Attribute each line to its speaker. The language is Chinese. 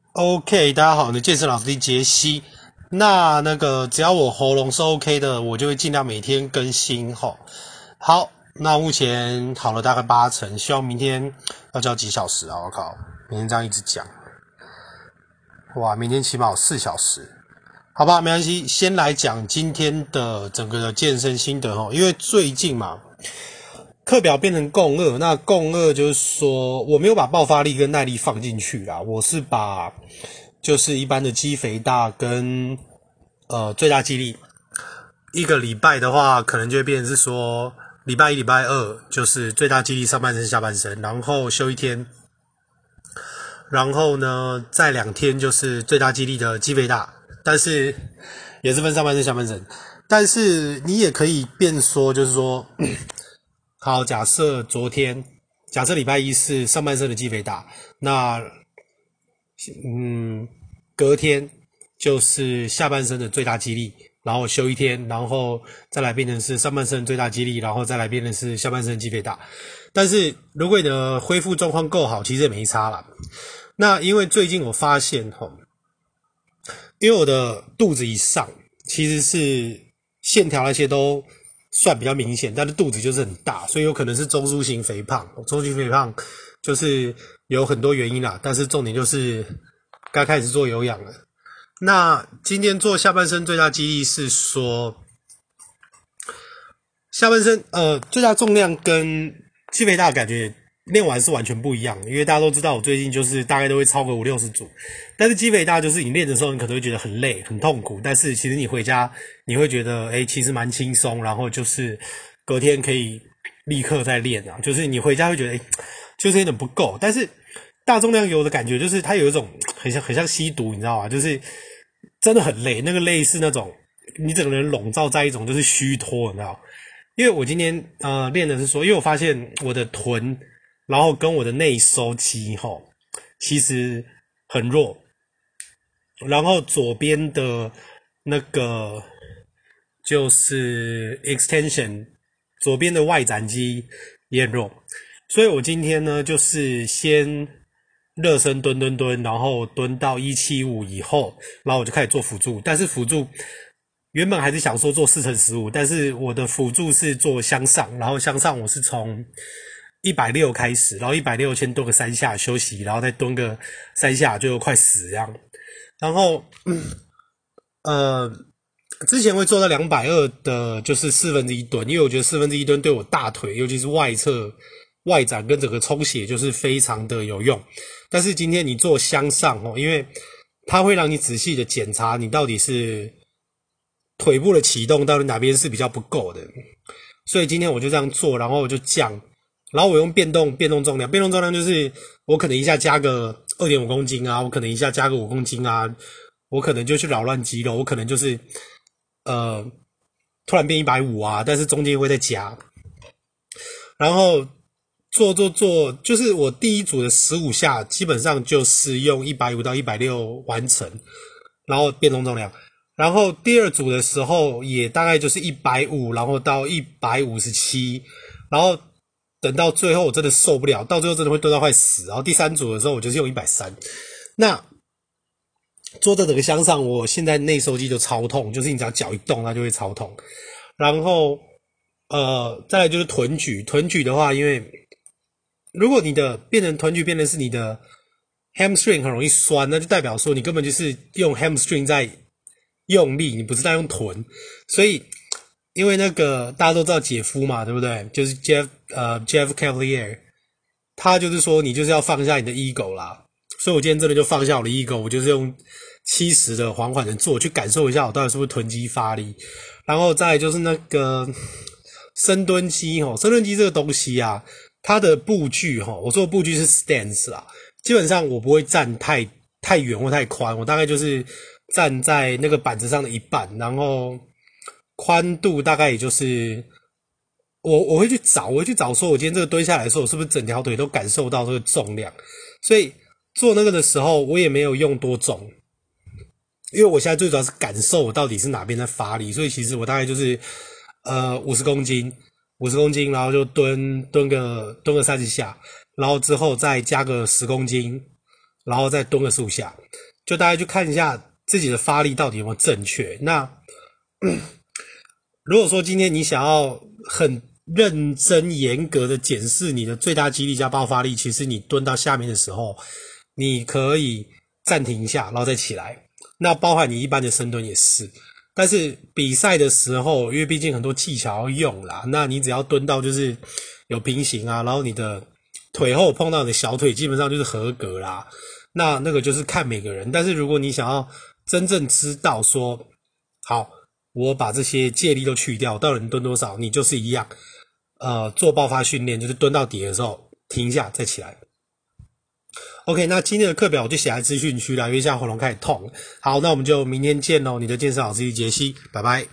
Speaker 1: OK，大家好，我是健身老师杰西。那个只要我喉咙是 OK 的，我就会尽量每天更新吼。好，那目前好了大概80%，希望明天要教几小时啊！我靠，明天这样一直讲，哇，明天起码有4小时。好吧，没关系，先来讲今天的整个的健身心得吼，因为最近嘛，课表变成共2，那共2就是说我没有把爆发力跟耐力放进去啦，我是把就是一般的肌肥大跟最大肌力。一个礼拜的话，可能就会变成是说礼拜一、礼拜二就是最大肌力上半身、下半身，然后休一天，然后呢再2天就是最大肌力的肌肥大，但是也是分上半身、下半身。但是你也可以变说，就是说，好，假设礼拜一是上半身的肌肥大，那隔天就是下半身的最大肌力，然后休一天，然后再来变成是上半身最大肌力，然后再来变成是下半身肌肥大。但是如果你的恢复状况够好，其实也没差啦。那因为最近我发现因为我的肚子以上其实是线条那些都算比较明显，但是肚子就是很大，所以有可能是中枢型肥胖。中枢型肥胖就是有很多原因啦，但是重点就是该开始做有氧了。那今天做下半身最大肌力是说，下半身最大重量跟肌肥大感觉练完是完全不一样的，因为大家都知道我最近就是大概都会超过50-60组，但是肌肥大就是你练的时候你可能会觉得很累很痛苦，但是其实你回家你会觉得其实蛮轻松，然后就是隔天可以立刻再练啊，就是你回家会觉得就是有点不够，但是大重量有的感觉就是它有一种很像吸毒，你知道吗？就是真的很累，那个累是那种你整个人笼罩在一种就是虚脱，你知道？因为我今天练的是说，因为我发现我的臀，然后跟我的内收肌其实很弱，然后左边的那个就是 extension， 左边的外展肌也很弱，所以我今天呢就是先热身蹲，然后蹲到175以后，然后我就开始做辅助，但是辅助原本还是想说做4×15，但是我的辅助是做向上，然后向上我是从160开始，然后160先蹲个3下休息，然后再蹲个3下就快死这样。然后之前会做到220的，就是1/4蹲，因为我觉得1/4蹲对我大腿，尤其是外侧外展跟整个充血就是非常的有用。但是今天你做向上因为它会让你仔细的检查你到底是腿部的启动到底哪边是比较不够的，所以今天我就这样做，然后我就降，然后我用变动重量，变动重量就是我可能一下加个2.5公斤啊，我可能一下加个5公斤啊，我可能就去扰乱肌肉，我可能就是突然变150啊，但是中间会再加，然后做，就是我第一组的15下基本上就是用150到160完成，然后变动重量。然后第二组的时候也大概就是150，然后到157，然后等到最后我真的受不了，到最后真的会蹲到快死。然后第三组的时候我就是用130。那做这整个向上，我现在内收肌就超痛，就是你只要脚一动它就会超痛。然后再来就是臀举，臀举的话，因为如果你的变成臀举变成是你的 hamstring 很容易酸，那就代表说你根本就是用 hamstring 在用力，你不是在用臀，所以因为那个大家都知道姐夫嘛，对不对？就是 Jeff Cavalier， 他就是说你就是要放下你的 ego 啦，所以我今天真的就放下我的 ego， 我就是用70的缓缓的做，去感受一下我到底是不是臀肌发力，然后再来就是那个深蹲肌深蹲肌这个东西啊，它的步距我说的步距是 stance 啦，基本上我不会站太远或太宽，我大概就是站在那个板子上的一半，然后宽度大概也就是我会去找说我今天这个蹲下来的时候，我是不是整条腿都感受到这个重量，所以做那个的时候我也没有用多重，因为我现在最主要是感受我到底是哪边在发力，所以其实我大概就是50公斤，然后就蹲个30下，然后之后再加个10公斤， 然后再蹲个15下，就大概去看一下自己的发力到底有没有正确。那如果说今天你想要很认真严格的检视你的最大肌力加爆发力，其实你蹲到下面的时候，你可以暂停一下，然后再起来。那包含你一般的深蹲也是。但是比赛的时候，因为毕竟很多技巧要用啦，那你只要蹲到就是有平行啊，然后你的腿后碰到你的小腿，基本上就是合格啦。那个就是看每个人。但是如果你想要真正知道说，好，我把这些借力都去掉，到底能蹲多少，你就是一样，做爆发训练，就是蹲到底的时候停一下再起来。OK， 那今天的课表我就写在资讯区啦，因为现在喉咙开始痛。好，那我们就明天见咯，你的健身老师杰西，拜拜。